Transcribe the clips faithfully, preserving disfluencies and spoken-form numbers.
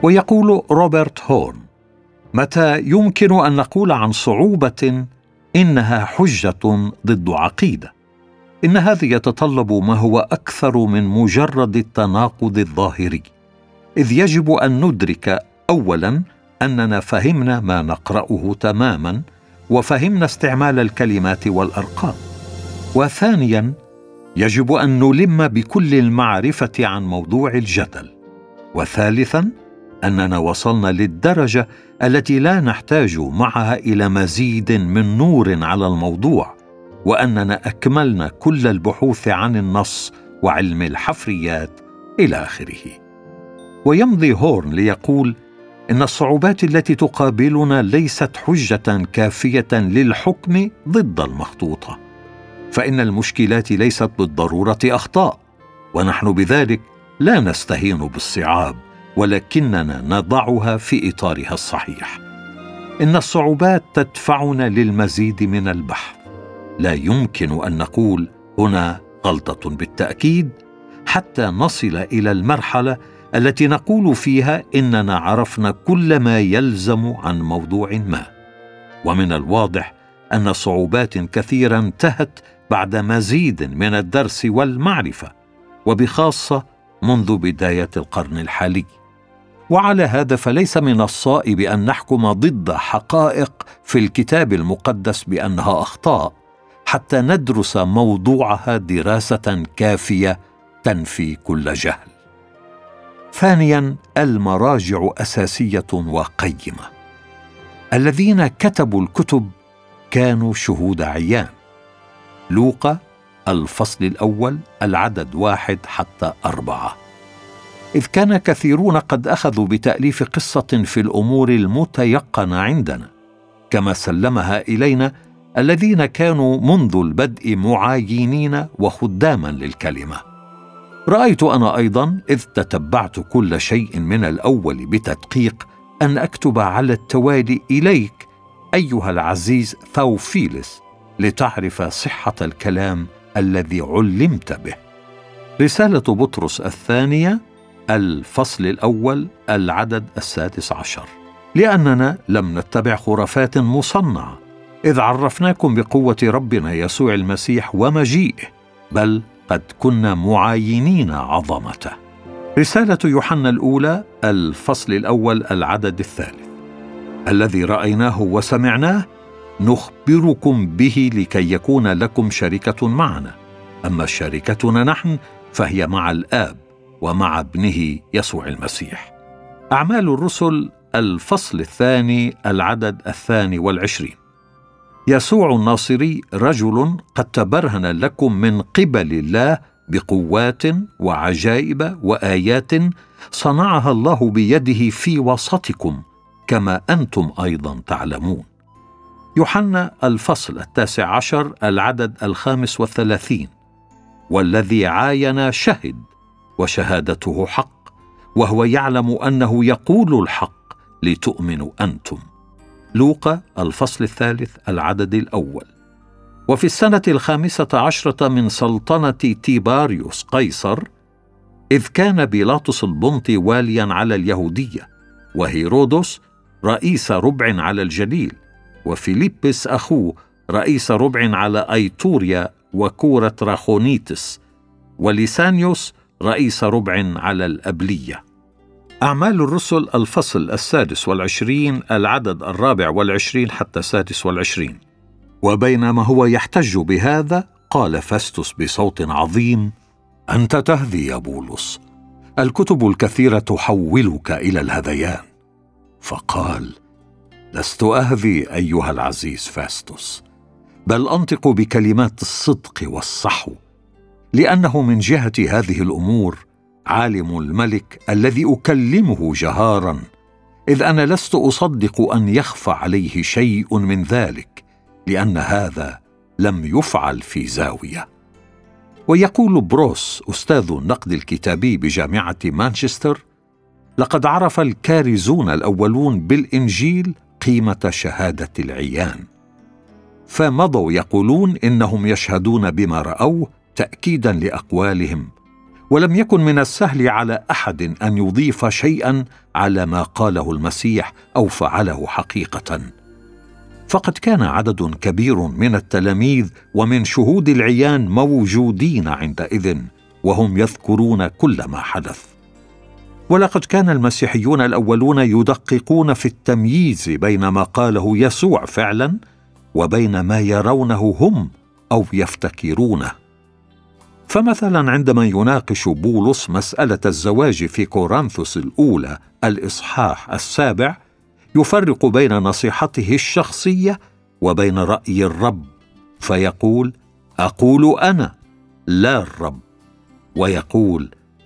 ويقول روبرت هورن: متى يمكن أن نقول عن صعوبة إنها حجة ضد عقيدة؟ إن هذا يتطلب ما هو أكثر من مجرد التناقض الظاهري، إذ يجب أن ندرك أولاً أننا فهمنا ما نقرأه تماماً، وفهمنا استعمال الكلمات والأرقام، وثانياً يجب أن نلم بكل المعرفة عن موضوع الجدل، وثالثاً أننا وصلنا للدرجة التي لا نحتاج معها إلى مزيد من نور على الموضوع، وأننا أكملنا كل البحوث عن النص وعلم الحفريات إلى آخره. ويمضي هورن ليقول إن الصعوبات التي تقابلنا ليست حجة كافية للحكم ضد المخطوطة، فإن المشكلات ليست بالضرورة أخطاء، ونحن بذلك لا نستهين بالصعاب، ولكننا نضعها في إطارها الصحيح. إن الصعوبات تدفعنا للمزيد من البحث، لا يمكن أن نقول هنا غلطة بالتأكيد حتى نصل إلى المرحلة التي نقول فيها إننا عرفنا كل ما يلزم عن موضوع ما. ومن الواضح أن صعوبات كثيرة انتهت بعد مزيد من الدرس والمعرفة، وبخاصة منذ بداية القرن الحالي. وعلى هذا فليس من الصائب أن نحكم ضد حقائق في الكتاب المقدس بأنها أخطاء حتى ندرس موضوعها دراسة كافية تنفي كل جهل. ثانياً، المراجع أساسية وقيمة. الذين كتبوا الكتب كانوا شهود عيان. لوقا الفصل الأول العدد واحد حتى أربعة. إذ كان كثيرون قد أخذوا بتأليف قصة في الأمور المتيقنة عندنا، كما سلمها إلينا الذين كانوا منذ البدء معاينين وخداما للكلمة. رأيت أنا أيضا إذ تتبعت كل شيء من الأول بتدقيق أن أكتب على التوالي إليك أيها العزيز ثوفيلس لتعرف صحة الكلام الذي علمت به. رسالة بطرس الثانية الفصل الأول العدد السادس عشر. لأننا لم نتبع خرافات مصنعة، إذ عرفناكم بقوة ربنا يسوع المسيح ومجيئه، بل قد كنا معاينين عظمته. رسالة يوحنا الأولى الفصل الأول العدد الثالث. الذي رأيناه وسمعناه نخبركم به لكي يكون لكم شركة معنا، أما شركتنا نحن فهي مع الآب ومع ابنه يسوع المسيح. أعمال الرسل الفصل الثاني العدد الثاني والعشرين. يسوع الناصري رجل قد تبرهن لكم من قبل الله بقوات وعجائب وآيات صنعها الله بيده في وسطكم، كما أنتم أيضا تعلمون. يوحنا الفصل التاسع عشر العدد الخامس والثلاثين. والذي عاين شهد، وشهادته حق، وهو يعلم أنه يقول الحق لتؤمنوا أنتم. لوقا الفصل الثالث العدد الأول. وفي السنة الخامسة عشرة من سلطنة تيباريوس قيصر، إذ كان بيلاطس البنطي واليا على اليهودية، وهيرودس رئيس ربع على الجليل، وفيليبس أخوه رئيس ربع على أيتوريا وكورة راخونيتس، ولسانيوس رئيس ربع على الأبلية. أعمال الرسل الفصل السادس والعشرين العدد الرابع والعشرين حتى السادس والعشرين. وبينما هو يحتج بهذا، قال فاستوس بصوت عظيم: أنت تهذي يا بولس، الكتب الكثيرة تحولك إلى الهذيان. فقال: لست أهذي أيها العزيز فاستوس، بل أنطق بكلمات الصدق والصحو، لأنه من جهة هذه الأمور عالم الملك الذي أكلمه جهارا، إذ أنا لست أصدق أن يخفى عليه شيء من ذلك، لأن هذا لم يفعل في زاوية. ويقول بروس أستاذ النقد الكتابي بجامعة مانشستر: لقد عرف الكارزون الأولون بالإنجيل قيمة شهادة العيان، فمضوا يقولون إنهم يشهدون بما رأوه تأكيدا لأقوالهم، ولم يكن من السهل على أحد أن يضيف شيئا على ما قاله المسيح أو فعله حقيقة، فقد كان عدد كبير من التلاميذ ومن شهود العيان موجودين عندئذ، وهم يذكرون كل ما حدث. ولقد كان المسيحيون الأولون يدققون في التمييز بين ما قاله يسوع فعلا وبين ما يرونه هم أو يفتكرونه. فمثلا عندما يناقش بولس مسألة الزواج في كورنثوس الأولى الإصحاح السابع، يفرق بين نصيحته الشخصية وبين رأي الرب، فيقول: أقول أنا لا الرب، ويقول: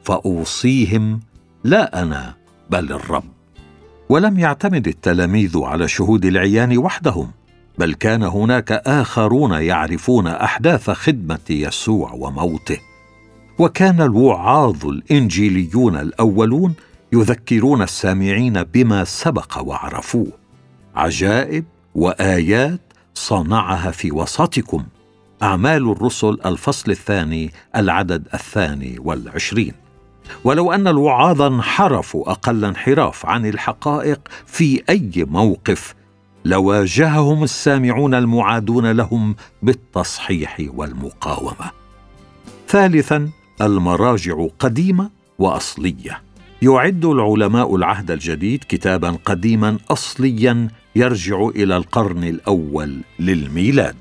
فأوصيهم لا أنا بل الرب. ولم يعتمد التلاميذ على شهود العيان وحدهم، بل كان هناك آخرون يعرفون أحداث خدمة يسوع وموته، وكان الوعاظ الإنجيليون الأولون يذكرون السامعين بما سبق وعرفوه: عجائب وآيات صنعها في وسطكم. أعمال الرسل الفصل الثاني العدد الثاني والعشرين. ولو أن الوعاظ انحرفوا أقل انحراف عن الحقائق في أي موقف، لواجههم السامعون المعادون لهم بالتصحيح والمقاومة. ثالثا، المراجع قديمة وأصلية. يعد العلماء العهد الجديد كتابا قديما أصليا يرجع إلى القرن الأول للميلاد.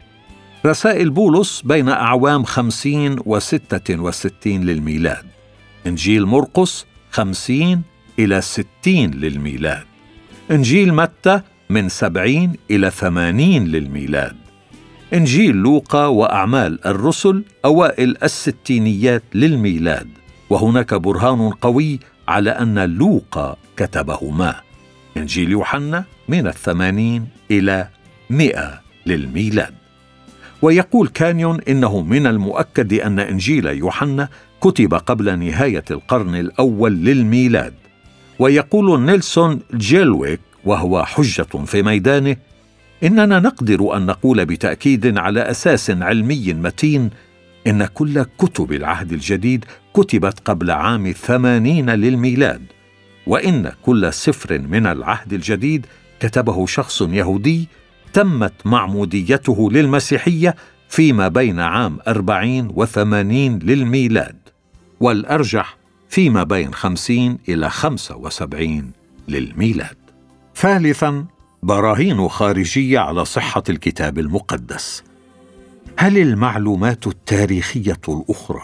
رسائل بولس بين أعوام خمسين وستة وستين للميلاد. إنجيل مرقس خمسين إلى ستين للميلاد. إنجيل متى من سبعين إلى ثمانين للميلاد. إنجيل لوقا وأعمال الرسل أوائل الستينيات للميلاد، وهناك برهان قوي على أن لوقا كتبهما. إنجيل يوحنا من الثمانين إلى مئة للميلاد. ويقول كانيون إنه من المؤكد أن إنجيل يوحنا كتب قبل نهاية القرن الأول للميلاد. ويقول نيلسون جيلويك وهو حجة في ميدانه: إننا نقدر أن نقول بتأكيد على أساس علمي متين إن كل كتب العهد الجديد كتبت قبل عام ثمانين للميلاد، وإن كل سفر من العهد الجديد كتبه شخص يهودي تمت معموديته للمسيحية فيما بين عام أربعين وثمانين للميلاد، والأرجح فيما بين خمسين إلى خمسة وسبعين للميلاد. ثالثاً، براهين خارجية على صحة الكتاب المقدس. هل المعلومات التاريخية الأخرى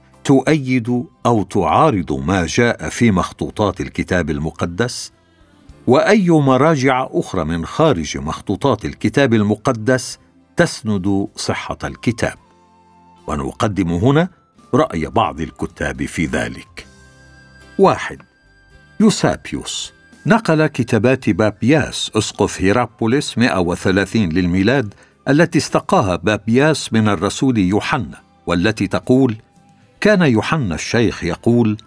تؤيد أو تعارض ما جاء في مخطوطات الكتاب المقدس؟ وأي مراجع أخرى من خارج مخطوطات الكتاب المقدس تسند صحة الكتاب؟ ونقدم هنا رأي بعض الكتاب في ذلك. واحد، يوسابيوس نقل كتابات بابياس أسقف هيرابوليس مئة وثلاثين للميلاد التي استقاها بابياس من الرسول يوحنا، والتي تقول: كان يوحنا الشيخ يقول: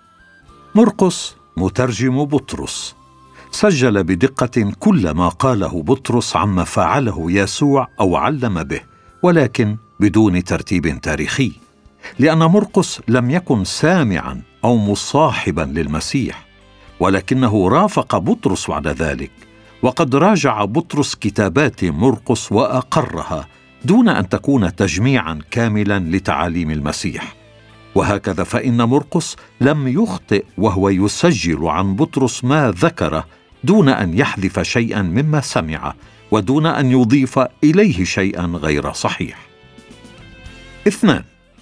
مرقس مترجم بطرس سجل بدقة كل ما قاله بطرس عما فعله يسوع أو علم به، ولكن بدون ترتيب تاريخي، لأن مرقس لم يكن سامعا أو مصاحبا للمسيح، ولكنه رافق بطرس بعد ذلك، وقد راجع بطرس كتابات مرقس وأقرها دون أن تكون تجميعا كاملا لتعاليم المسيح. وهكذا فإن مرقس لم يخطئ وهو يسجل عن بطرس ما ذكره دون أن يحذف شيئا مما سمعه ودون أن يضيف إليه شيئا غير صحيح. اثنان،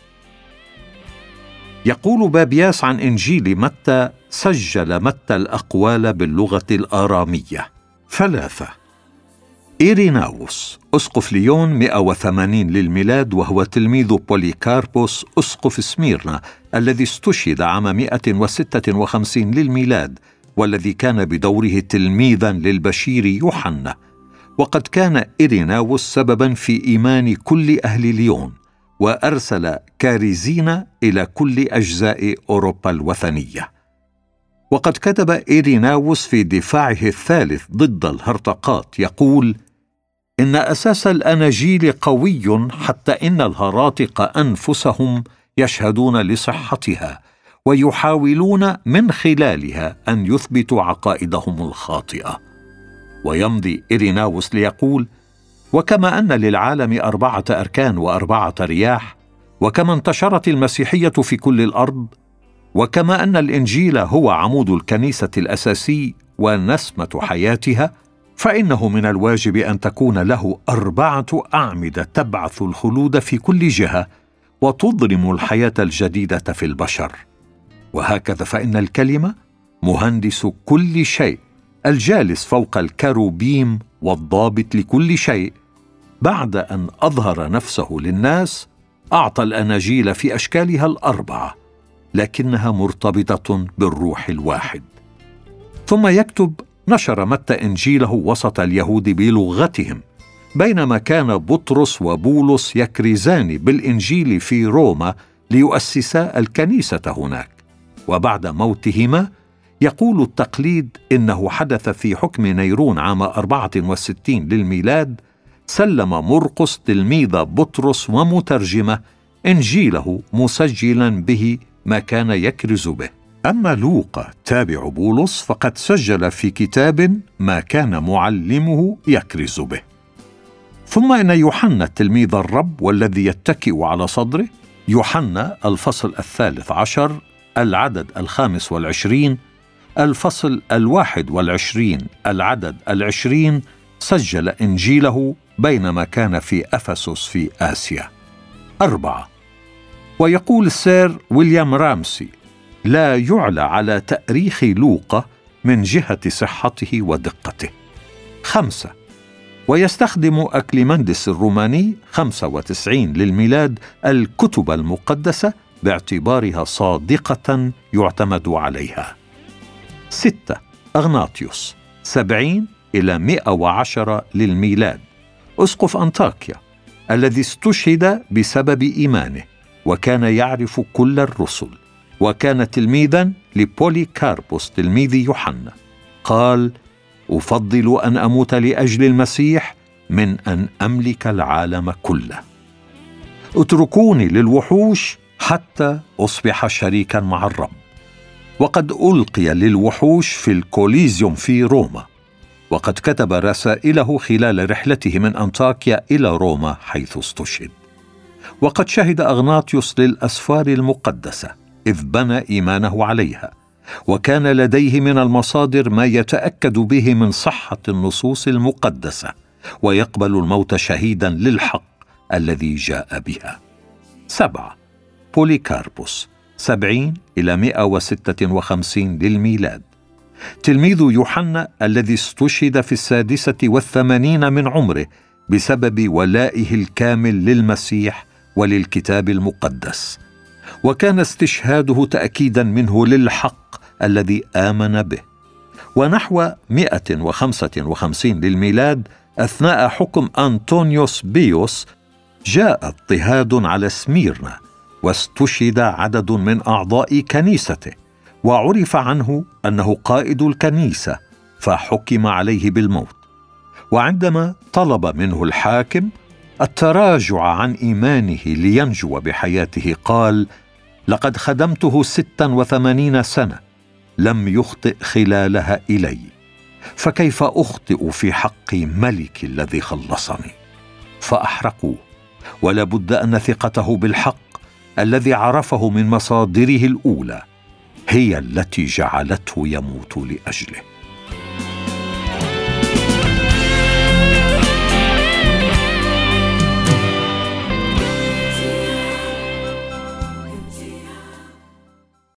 يقول بابياس عن إنجيل متى: سجل متى الأقوال باللغة الآرامية. ثلاثة، إيريناوس أسقف ليون مئة وثمانين للميلاد، وهو تلميذ بوليكاربوس أسقف سميرنا الذي استشهد عام مئة وستة وخمسين للميلاد، والذي كان بدوره تلميذا للبشير يوحنا. وقد كان إيريناوس سببا في إيمان كل أهل ليون، وأرسل كاريزين إلى كل أجزاء أوروبا الوثنية. وقد كتب إيريناوس في دفاعه الثالث ضد الهرطقات يقول: إن أساس الأناجيل قوي حتى إن الهراطق أنفسهم يشهدون لصحتها، ويحاولون من خلالها أن يثبتوا عقائدهم الخاطئة. ويمضي إيريناوس ليقول: وكما أن للعالم أربعة أركان وأربعة رياح، وكما انتشرت المسيحية في كل الأرض، وكما أن الإنجيل هو عمود الكنيسة الأساسي ونسمة حياتها، فإنه من الواجب أن تكون له أربعة أعمدة تبعث الخلود في كل جهة وتضرم الحياة الجديدة في البشر. وهكذا فإن الكلمة مهندس كل شيء، الجالس فوق الكروبيم والضابط لكل شيء، بعد أن أظهر نفسه للناس أعطى الأناجيل في أشكالها الأربعة، لكنها مرتبطة بالروح الواحد. ثم يكتب: نشر متى إنجيله وسط اليهود بلغتهم، بينما كان بطرس وبولس يكرزان بالإنجيل في روما ليؤسسا الكنيسة هناك. وبعد موتهما يقول التقليد إنه حدث في حكم نيرون عام أربعة وستين للميلاد، سلم مرقس تلميذ بطرس ومترجمه إنجيله مسجلا به ما كان يكرز به. أما لوقا تابع بولس فقد سجل في كتاب ما كان معلمه يكرز به. ثم إن يوحنا تلميذ الرب والذي يتكئ على صدره، يوحنا الفصل الثالث عشر العدد الخامس والعشرين، الفصل الواحد والعشرين العدد العشرين، سجل إنجيله بينما كان في أفسس في آسيا. أربعة. ويقول السير ويليام رامسي: لا يعلى على تأريخ لوقا من جهة صحته ودقته. خمسة. ويستخدم أكليمندس الروماني خمسة وتسعين للميلاد الكتب المقدسة باعتبارها صادقة يعتمد عليها. ستة. أغناطيوس سبعين إلى مئة وعشرة للميلاد، أسقف أنطاكيا الذي استشهد بسبب إيمانه، وكان يعرف كل الرسل، وكان تلميذا لبوليكاربوس تلميذ يوحنا. قال: أفضل أن أموت لأجل المسيح من أن أملك العالم كله. اتركوني للوحوش حتى أصبح شريكا مع الرب. وقد ألقي للوحوش في الكوليزيوم في روما، وقد كتب رسائله خلال رحلته من أنطاكيا إلى روما حيث استشهد. وقد شهد أغناطيوس للأسفار المقدسة إذ بنى إيمانه عليها، وكان لديه من المصادر ما يتأكد به من صحة النصوص المقدسة، ويقبل الموت شهيدا للحق الذي جاء بها. سبعة. بوليكاربوس سبعين إلى مئة وستة وخمسين للميلاد، تلميذ يوحنا الذي استشهد في السادسة والثمانين من عمره بسبب ولائه الكامل للمسيح وللكتاب المقدس، وكان استشهاده تأكيدا منه للحق الذي آمن به. ونحو مئة وخمسة وخمسين للميلاد، أثناء حكم أنطونيوس بيوس، جاء اضطهاد على سميرنا واستشهد عدد من أعضاء كنيسته، وعرف عنه أنه قائد الكنيسة فحكم عليه بالموت. وعندما طلب منه الحاكم التراجع عن إيمانه لينجو بحياته، قال: لقد خدمته ستا وثمانين سنة لم يخطئ خلالها إلي، فكيف أخطئ في حق ملكي الذي خلصني؟ فأحرقوه. ولا بد أن ثقته بالحق الذي عرفه من مصادره الأولى هي التي جعلته يموت لأجله.